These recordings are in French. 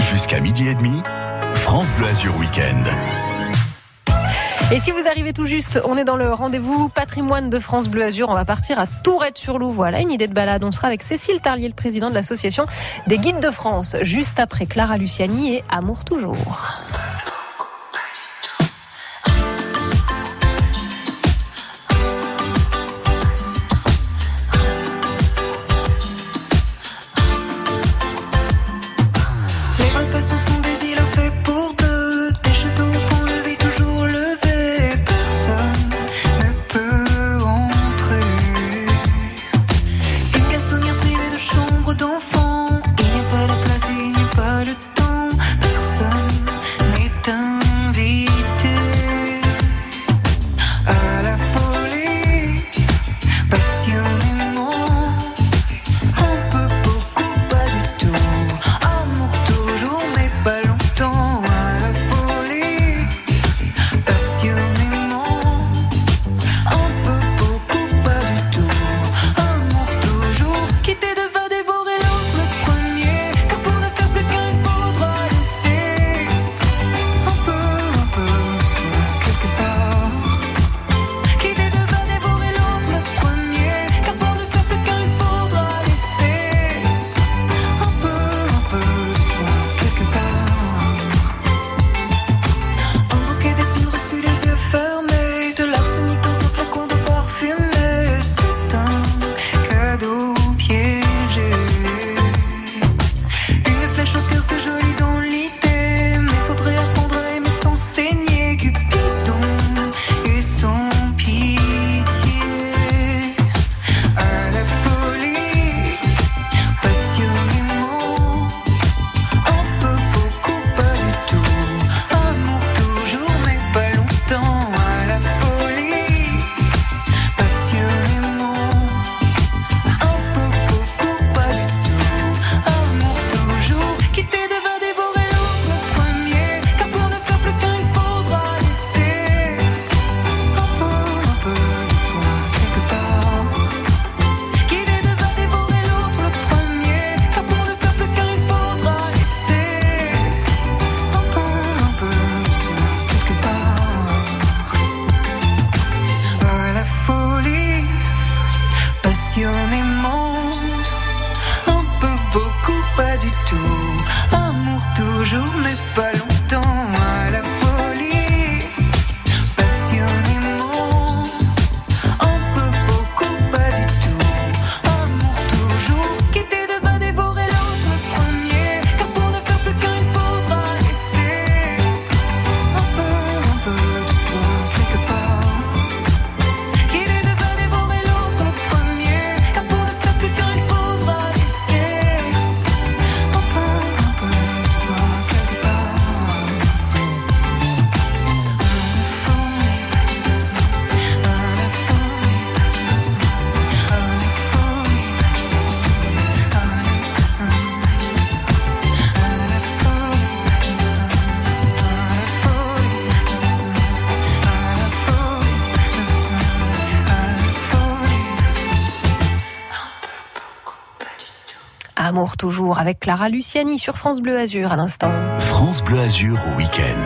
Jusqu'à 12h30, France Bleu Azur Week-end. Et si vous arrivez tout juste, on est dans le rendez-vous patrimoine de France Bleu Azur. On va partir à Tourette-sur-Loup. Voilà une idée de balade. On sera avec Cécile Tarlier, le président de l'association des guides de France, juste après Clara Luciani et Amour toujours. Amour toujours avec Clara Luciani sur France Bleu Azur à l'instant. France Bleu Azur au week-end.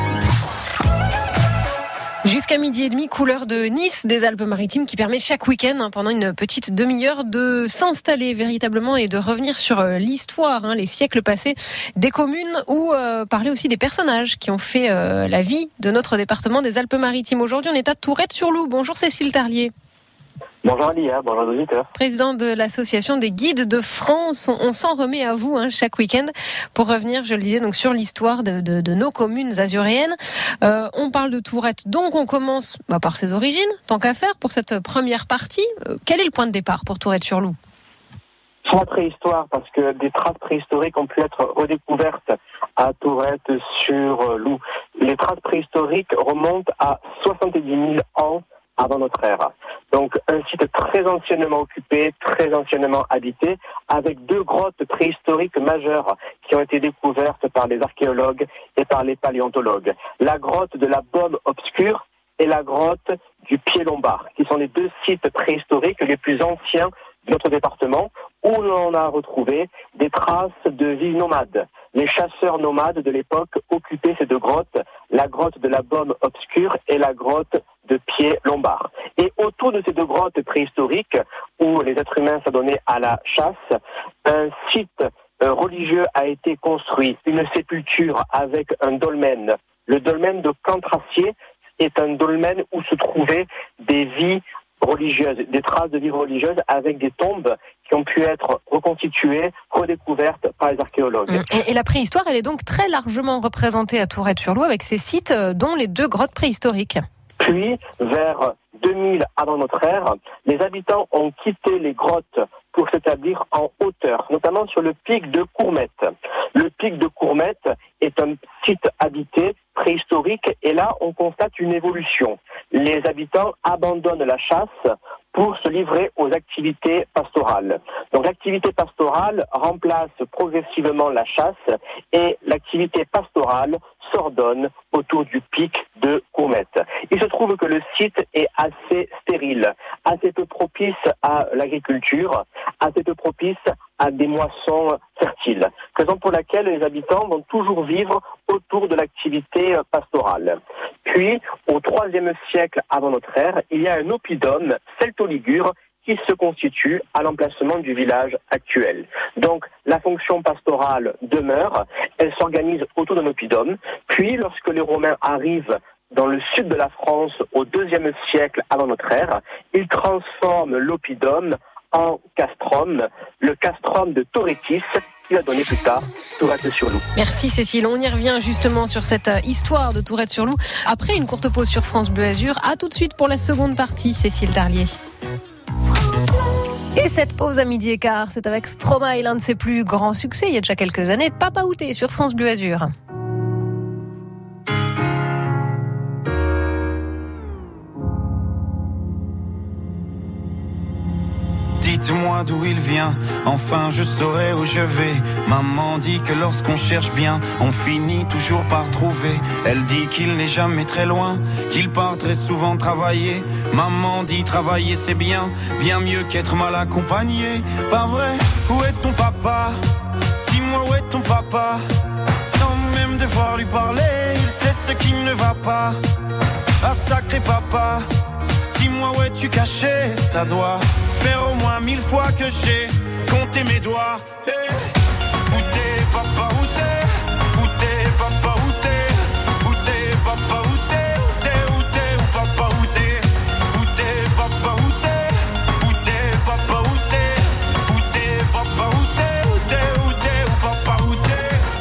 Jusqu'à 12h30, couleur de Nice des Alpes-Maritimes qui permet chaque week-end, pendant une petite demi-heure, de s'installer véritablement et de revenir sur l'histoire, les siècles passés des communes ou parler aussi des personnages qui ont fait la vie de notre département des Alpes-Maritimes. Aujourd'hui, on est à Tourette-sur-Loup. Bonjour Cécile Tarlier. Bonjour Alia, bonjour aux auditeurs. Président de l'association des guides de France, on s'en remet à vous chaque week-end pour revenir, je le disais, donc sur l'histoire de nos communes azuréennes. On parle de Tourette, donc on commence par ses origines, tant qu'à faire, pour cette première partie. Quel est le point de départ pour Tourette-sur-Loup ? Sur la préhistoire, parce que des traces préhistoriques ont pu être redécouvertes à Tourette-sur-Loup. Les traces préhistoriques remontent à 70 000 ans avant notre ère. Donc un site très anciennement occupé, très anciennement habité, avec deux grottes préhistoriques majeures qui ont été découvertes par les archéologues et par les paléontologues. La grotte de la Baume obscure et la grotte du Pied Lombard, qui sont les deux sites préhistoriques les plus anciens de notre département, où l'on a retrouvé des traces de vie nomade. Les chasseurs nomades de l'époque occupaient ces deux grottes, la grotte de la Baume obscure et la grotte de Pied-Lombard. Et autour de ces deux grottes préhistoriques, où les êtres humains s'adonnaient à la chasse, un site religieux a été construit, une sépulture avec un dolmen. Le dolmen de Cantracier est un dolmen où se trouvaient des vies religieuses, des traces de vie religieuse avec des tombes qui ont pu être reconstituées, redécouvertes par les archéologues. Et la préhistoire, elle est donc très largement représentée à Tourette-sur-Loup avec ces sites, dont les deux grottes préhistoriques. Puis, vers 2000 avant notre ère, les habitants ont quitté les grottes pour s'établir en hauteur, notamment sur le pic de Courmette. Le pic de Courmette est un site habité préhistorique et là, on constate une évolution. Les habitants abandonnent la chasse pour se livrer aux activités pastorales. Donc l'activité pastorale remplace progressivement la chasse et l'activité pastorale s'ordonne autour du pic de Courmette. Il se trouve que le site est assez stérile, assez peu propice à l'agriculture, assez peu propice à des moissons fertiles. Raison pour laquelle les habitants vont toujours vivre autour de l'activité pastorale. Puis, au IIIe siècle avant notre ère, il y a un oppidum celto-ligure qui se constitue à l'emplacement du village actuel. Donc, la fonction pastorale demeure, elle s'organise autour d'un oppidum. Puis, lorsque les Romains arrivent dans le sud de la France au IIe siècle avant notre ère, ils transforment l'oppidum en castrum, le castrum de Torettis, qui va donner plus tard Tourette-sur-Loup. Merci Cécile, on y revient justement sur cette histoire de Tourette-sur-Loup. Après une courte pause sur France Bleu Azur, à tout de suite pour la seconde partie, Cécile Darlier. Et cette pause à 12h15, c'est avec Stromae, l'un de ses plus grands succès il y a déjà quelques années, Papa Outé sur France Bleu Azur. Dites-moi d'où il vient, enfin je saurai où je vais. Maman dit que lorsqu'on cherche bien, on finit toujours par trouver. Elle dit qu'il n'est jamais très loin, qu'il part très souvent travailler. Maman dit travailler c'est bien, bien mieux qu'être mal accompagné. Pas vrai, où est ton papa? Dis-moi où est ton papa? Sans même devoir lui parler, il sait ce qui ne va pas. Ah sacré papa, dis-moi où es-tu caché? Ça doit faire au moins 1000 fois que j'ai compté mes doigts. Hey. Où t'es papa, où t'es? Où t'es papa, où t'es? Où t'es papa, où t'es? Où t'es, où t'es, où papa, où t'es? Où t'es papa, où t'es? Où t'es papa, où t'es? Où t'es papa, où t'es? Où t'es, où t'es, où papa, où t'es?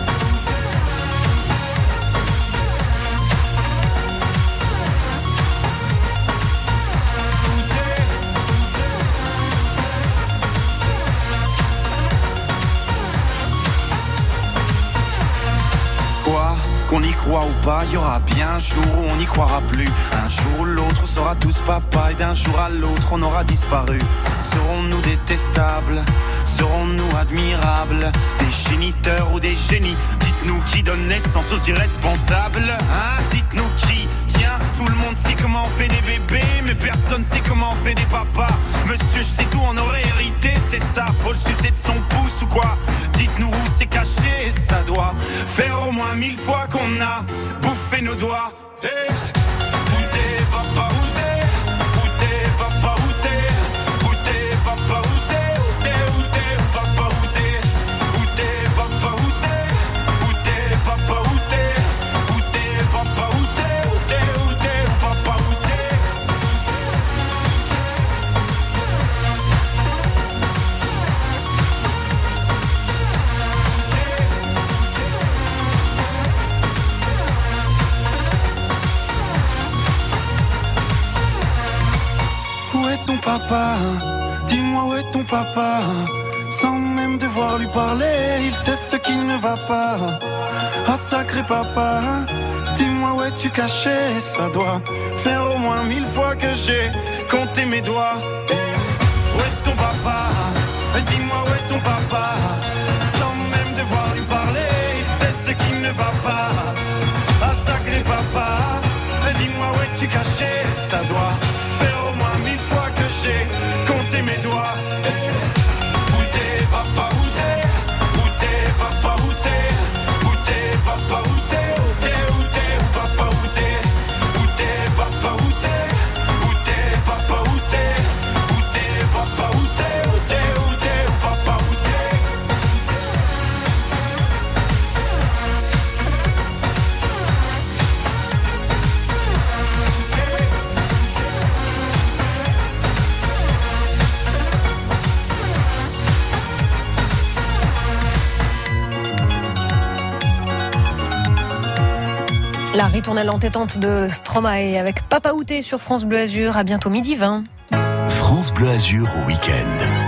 Qu'on y croit ou pas, il y aura bien un jour où on n'y croira plus. Un jour ou l'autre, on sera tous papa. Et d'un jour à l'autre, on aura disparu. Serons-nous détestables? Serons-nous admirables? Des géniteurs ou des génies? Dites-nous qui donne naissance aux irresponsables. Hein? Dites-nous qui? Tiens, tout le monde sait comment on fait des bébés, mais personne sait comment on fait des papas. Monsieur, je sais tout, on aurait hérité, c'est ça. Faut le sucer de son pouce ou quoi? Dites-nous où c'est caché, ça doit faire au moins 1000 fois qu'on a bouffé nos doigts. Hey. Où t'es papa, où t'es? Où t'es papa, où t'es? Où t'es papa, où t'es? Où t'es, où t'es, où papa, où t'es? Où t'es papa, où t'es? Où t'es papa, où t'es? Où t'es papa, où t'es? Où t'es, où t'es, où papa, où t'es? Où est ton papa? Dis-moi où est ton papa? Sans même devoir lui parler, il sait ce qui ne va pas. Ah sacré papa, dis-moi où es-tu caché? Ça doit faire au moins 1000 fois que j'ai compté mes doigts. Où est ton papa? Dis-moi où est ton papa? Sans même devoir lui parler, il sait ce qui ne va pas. Ah sacré papa, dis-moi où es-tu caché? Ça doit faire au moins 1000 fois que j'ai compté mes doigts. Où t'es La ritournelle entêtante de Stromae avec Papa Outé sur France Bleu Azur. À bientôt 12h20. France Bleu Azur au week-end.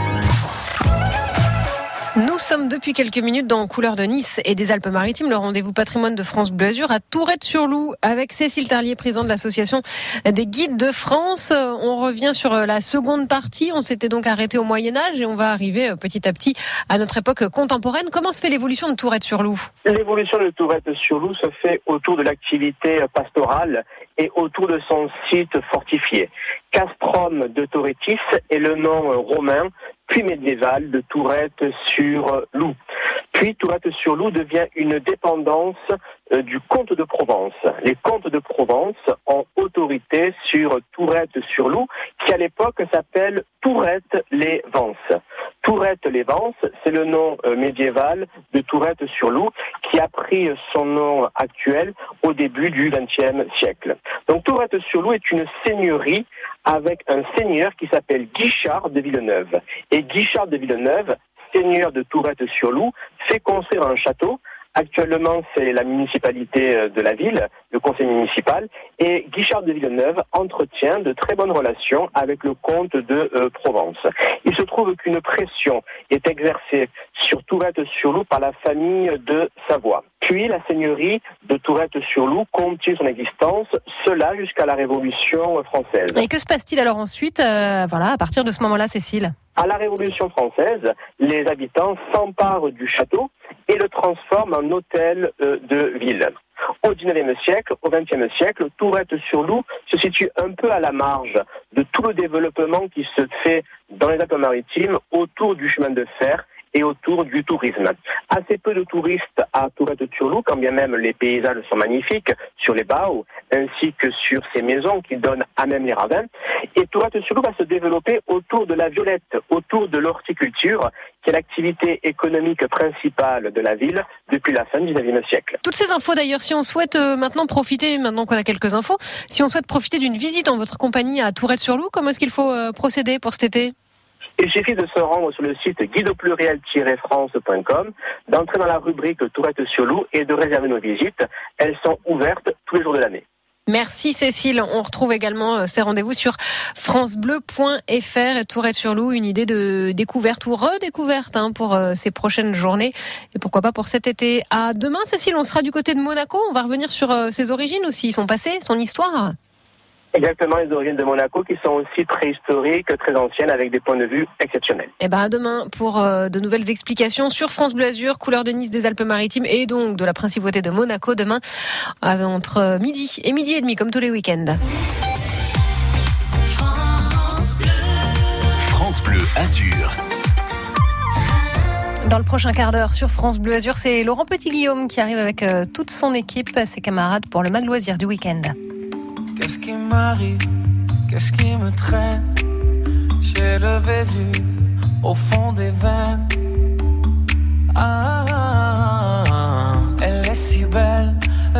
Nous sommes depuis quelques minutes dans Couleurs de Nice et des Alpes-Maritimes, le rendez-vous patrimoine de France Bleu Azur à Tourette-sur-Loup avec Cécile Tarlier, présidente de l'association des guides de France. On revient sur la seconde partie. On s'était donc arrêté au Moyen-Âge et on va arriver petit à petit à notre époque contemporaine. Comment se fait l'évolution de Tourette-sur-Loup ? L'évolution de Tourette-sur-Loup se fait autour de l'activité pastorale et autour de son site fortifié. Castrum de Torettis est le nom romain puis médiéval de Tourette-sur-Loup. Puis Tourette-sur-Loup devient une dépendance du comte de Provence. Les comtes de Provence ont autorité sur Tourette-sur-Loup, qui à l'époque s'appelle Tourette-les-Vances. Tourette-les-Vances, c'est le nom médiéval de Tourette-sur-Loup, qui a pris son nom actuel au début du XXe siècle. Donc Tourette-sur-Loup est une seigneurie avec un seigneur qui s'appelle Guichard de Villeneuve. Et Guichard de Villeneuve, seigneur de Tourette-sur-Loup, fait construire un château. Actuellement, c'est la municipalité de la ville, le conseil municipal, et Guichard de Villeneuve entretient de très bonnes relations avec le comte de Provence. Il se trouve qu'une pression est exercée sur Tourette-sur-Loup par la famille de Savoie. Puis la seigneurie de Tourette-sur-Loup continue son existence, cela jusqu'à la Révolution française. Et que se passe-t-il alors ensuite, à partir de ce moment-là, Cécile ? À la Révolution française, les habitants s'emparent du château et le transforment en hôtel de ville. Au XIXe siècle, au XXe siècle, Tourette-sur-Loup se situe un peu à la marge de tout le développement qui se fait dans les Alpes-Maritimes autour du chemin de fer et autour du tourisme. Assez peu de touristes à Tourette-sur-Loup, quand bien même les paysages sont magnifiques sur les Baos, ainsi que sur ces maisons qui donnent à même les ravins. Et Tourette-sur-Loup va se développer autour de la violette, autour de l'horticulture, qui est l'activité économique principale de la ville depuis la fin du XIXe siècle. Toutes ces infos d'ailleurs, si on souhaite maintenant qu'on a quelques infos, si on souhaite profiter d'une visite en votre compagnie à Tourette-sur-Loup, comment est-ce qu'il faut procéder pour cet été ? Il suffit de se rendre sur le site guide-au-pluriel-france.com, d'entrer dans la rubrique Tourette-sur-Loup et de réserver nos visites. Elles sont ouvertes tous les jours de l'année. Merci Cécile. On retrouve également ces rendez-vous sur francebleu.fr et Tourette-sur-Loup, une idée de découverte ou redécouverte pour ces prochaines journées et pourquoi pas pour cet été. À demain Cécile, on sera du côté de Monaco. On va revenir sur ses origines aussi, son passé, son histoire. Exactement, les origines de Monaco qui sont aussi préhistoriques, très anciennes, avec des points de vue exceptionnels. Et à demain pour de nouvelles explications sur France Bleu Azur, Couleurs de Nice des Alpes-Maritimes et donc de la principauté de Monaco demain entre midi et midi et demi comme tous les week-ends. France Bleu Azur. Dans le prochain quart d'heure sur France Bleu Azur, c'est Laurent Petit-Guillaume qui arrive avec toute son équipe, ses camarades pour le Mag Loisir du week-end. Qu'est-ce qui m'arrive? Qu'est-ce qui me traîne? J'ai le Vésuve au fond des veines. Elle est si belle,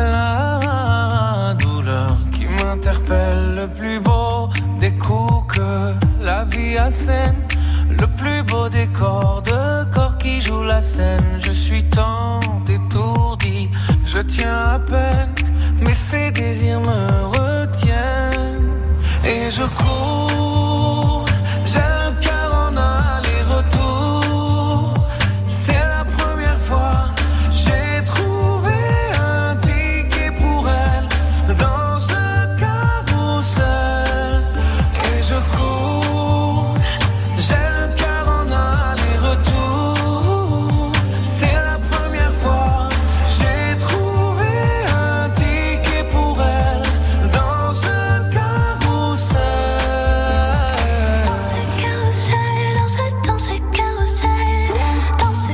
la douleur qui m'interpelle. Le plus beau des coups que la vie assène. Le plus beau des corps de corps qui joue la scène. Je suis tant étourdi, je tiens à peine, mais ces désirs me retiennent. Et je cours, j'ai le cœur en aller-retour. C'est la première fois, j'ai trouvé un ticket pour elle dans ce carrousel. Et je cours, j'ai le cœur en aller-retour. C'est la première fois, j'ai trouvé un ticket pour elle dans ce carrousel. Dans ce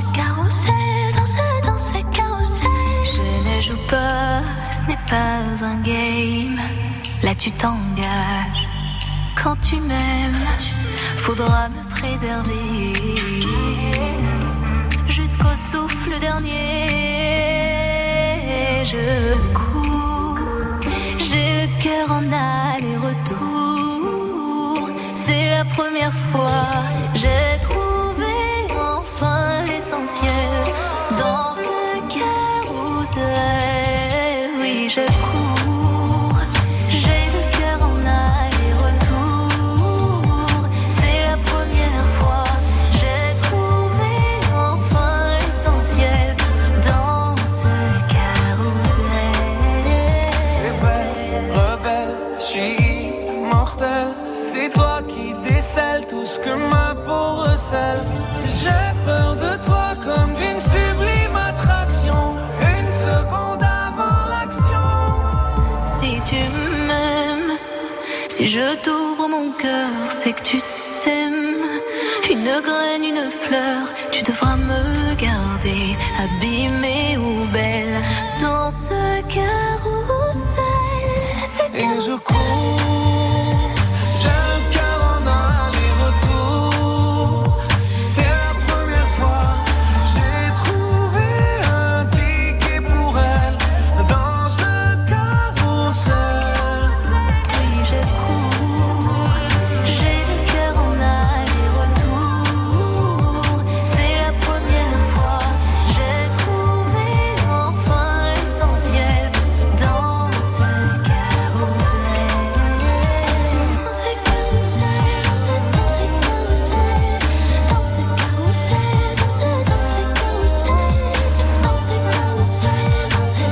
carrousel. Je ne joue pas, ce n'est pas un game. Là tu t'engages. Quand tu m'aimes, faudra me préserver jusqu'au souffle dernier. Je cours, j'ai le cœur en aller-retour. C'est la première fois, j'ai trouvé enfin l'essentiel dans ce carrousel. Oui, je cours. carrousel. J'ai peur de toi comme d'une sublime attraction. Une seconde avant l'action. Si tu m'aimes, si je t'ouvre mon cœur, c'est que tu s'aimes. Une graine, une fleur, tu devras me garder, abîmée ou belle, dans ce carrousel. Et je cours, j'ai le cœur en aller-retour. C'est la première fois, j'ai trouvé un ticket pour elle, dans ce carrousel. Oui, je cours, j'ai le cœur en aller-retour. C'est la première fois, j'ai trouvé enfin l'essentiel dans ce carrousel. Dans ce carrousel, dans ce carrousel, dans ce carrousel, dans ce carrousel, dans ce carrousel, dans ce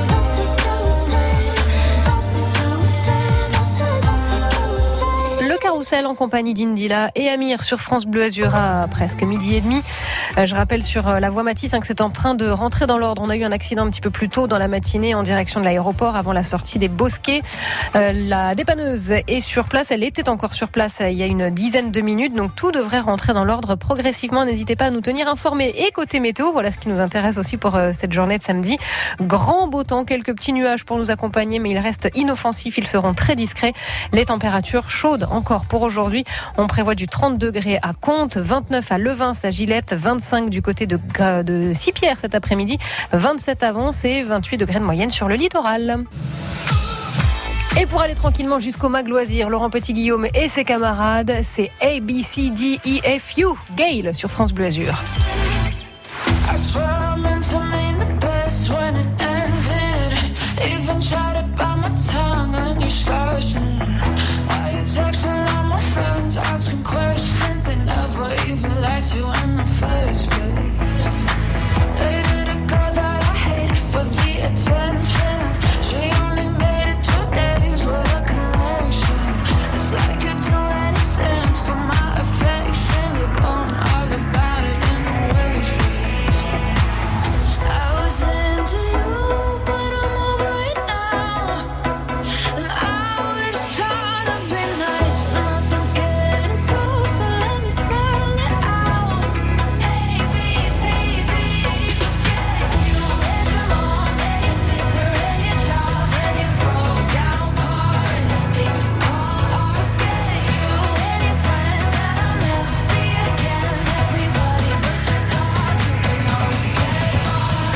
carrousel. Le carrousel en compagnie d'Indila et Amir sur France Bleu Azur à presque 12h30. Je rappelle sur la voie Matisse que c'est en train de rentrer dans l'ordre. On a eu un accident un petit peu plus tôt dans la matinée en direction de l'aéroport avant la sortie des Bosquets. La dépanneuse est sur place. Elle était encore sur place il y a une dizaine de minutes. Donc tout devrait rentrer dans l'ordre progressivement. N'hésitez pas à nous tenir informés. Et côté météo, voilà ce qui nous intéresse aussi pour cette journée de samedi. Grand beau temps, quelques petits nuages pour nous accompagner, mais ils restent inoffensifs. Ils seront très discrets. Les températures chaudes encore pour aujourd'hui. On prévoit du 30 degrés à Contes, 29 à Levins, à Gillette, 25 du côté de Sipierre cet après-midi, 27 à Vence et 28 degrés de moyenne sur le littoral. Et pour aller tranquillement jusqu'au Mag Loisir, Laurent Petit-Guillaume et ses camarades, c'est ABCDEFU, Gail sur France Bleu Azur. I swear I meant to mean the best when it ended. Even tried to bite my tongue and you started. Why you texting all my friends, asking questions? They never even liked you in the first place. Dated a girl that I hate for the attention. She only made it 2 days with a connection. It's like you'd do anything for my affection. You're going all about it in the worst ways. I was into you, but I'm over it now. And I was trying to be nice, but nothing's getting through, so let me spell it out. A, B, C, D, E, F, you and your mom and your sister and your job and your broke down car and the things you call off. Forget you and your friends that I'll never see again. Everybody but your dog, you can all get off.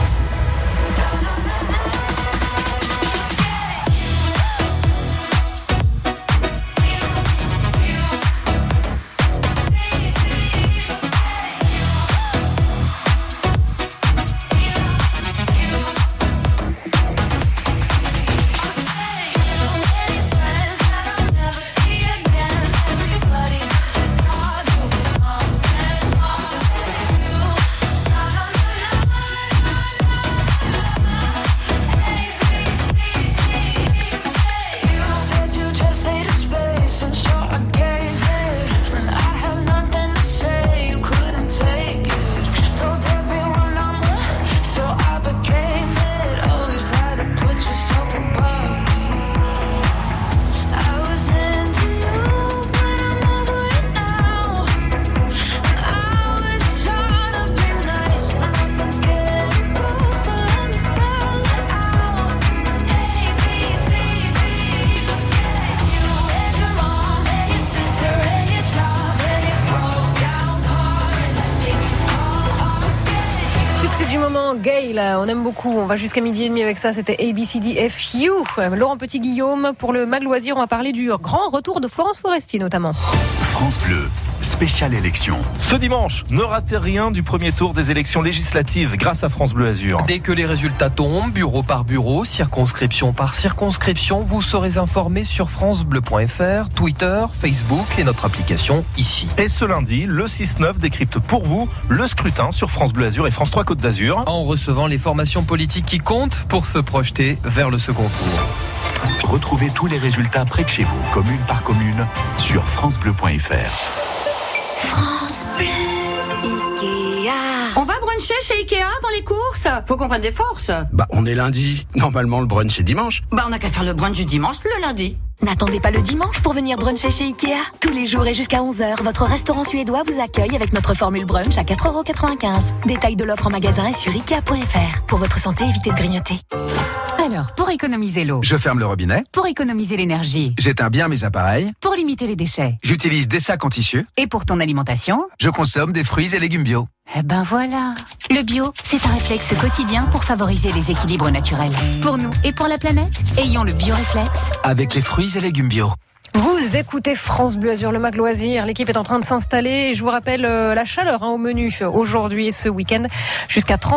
You just needed space, and so I gave it. When I had nothing to say, you couldn't take it. Told everyone I'm so I became it. Always had to put yourself above me. I was into you, but I'm over it now. And I was trying to be nice, but nothing's getting through, so let me spell it out. A, B, C, D, E, you and your mom and your sister and your job and your broke down car and the things you call off. Succès du moment, Gail, on aime beaucoup. On va jusqu'à 12h30 avec ça. C'était ABCDFU. Laurent Petit-Guillaume, pour le Mag Loisir, on va parler du grand retour de Florence Foresti notamment. France Bleu, spéciale élection. Ce dimanche, ne ratez rien du premier tour des élections législatives grâce à France Bleu Azur. Dès que les résultats tombent, bureau par bureau, circonscription par circonscription, vous serez informés sur francebleu.fr, Twitter, Facebook et notre application ici. Et ce lundi, le 6-9 décrypte pour vous le scrutin sur France Bleu Azur et France 3 Côte d'Azur. En recevant les formations politiques qui comptent pour se projeter vers le second tour. Retrouvez tous les résultats près de chez vous, commune par commune, sur francebleu.fr. France Bleu. Ikea. On va bruncher chez Ikea dans les courses. Faut qu'on prenne des forces. Bah, on est lundi. Normalement, le brunch est dimanche. Bah, on n'a qu'à faire le brunch du dimanche le lundi. N'attendez pas le dimanche pour venir bruncher chez Ikea. Tous les jours et jusqu'à 11h, votre restaurant suédois vous accueille avec notre formule brunch à 4,95 €. Détail de l'offre en magasin et sur Ikea.fr. Pour votre santé, évitez de grignoter. Alors, pour économiser l'eau, je ferme le robinet. Pour économiser l'énergie, j'éteins bien mes appareils. Pour limiter les déchets, j'utilise des sacs en tissu. Et pour ton alimentation, je consomme des fruits et légumes bio. Eh ben voilà. Le bio, c'est un réflexe quotidien pour favoriser les équilibres naturels. Pour nous et pour la planète, ayons le bio-réflexe. Avec les fruits et légumes bio. Vous écoutez France Bleu Azur, le Mag Loisir. L'équipe est en train de s'installer. Je vous rappelle la chaleur au menu aujourd'hui et ce week-end jusqu'à 30.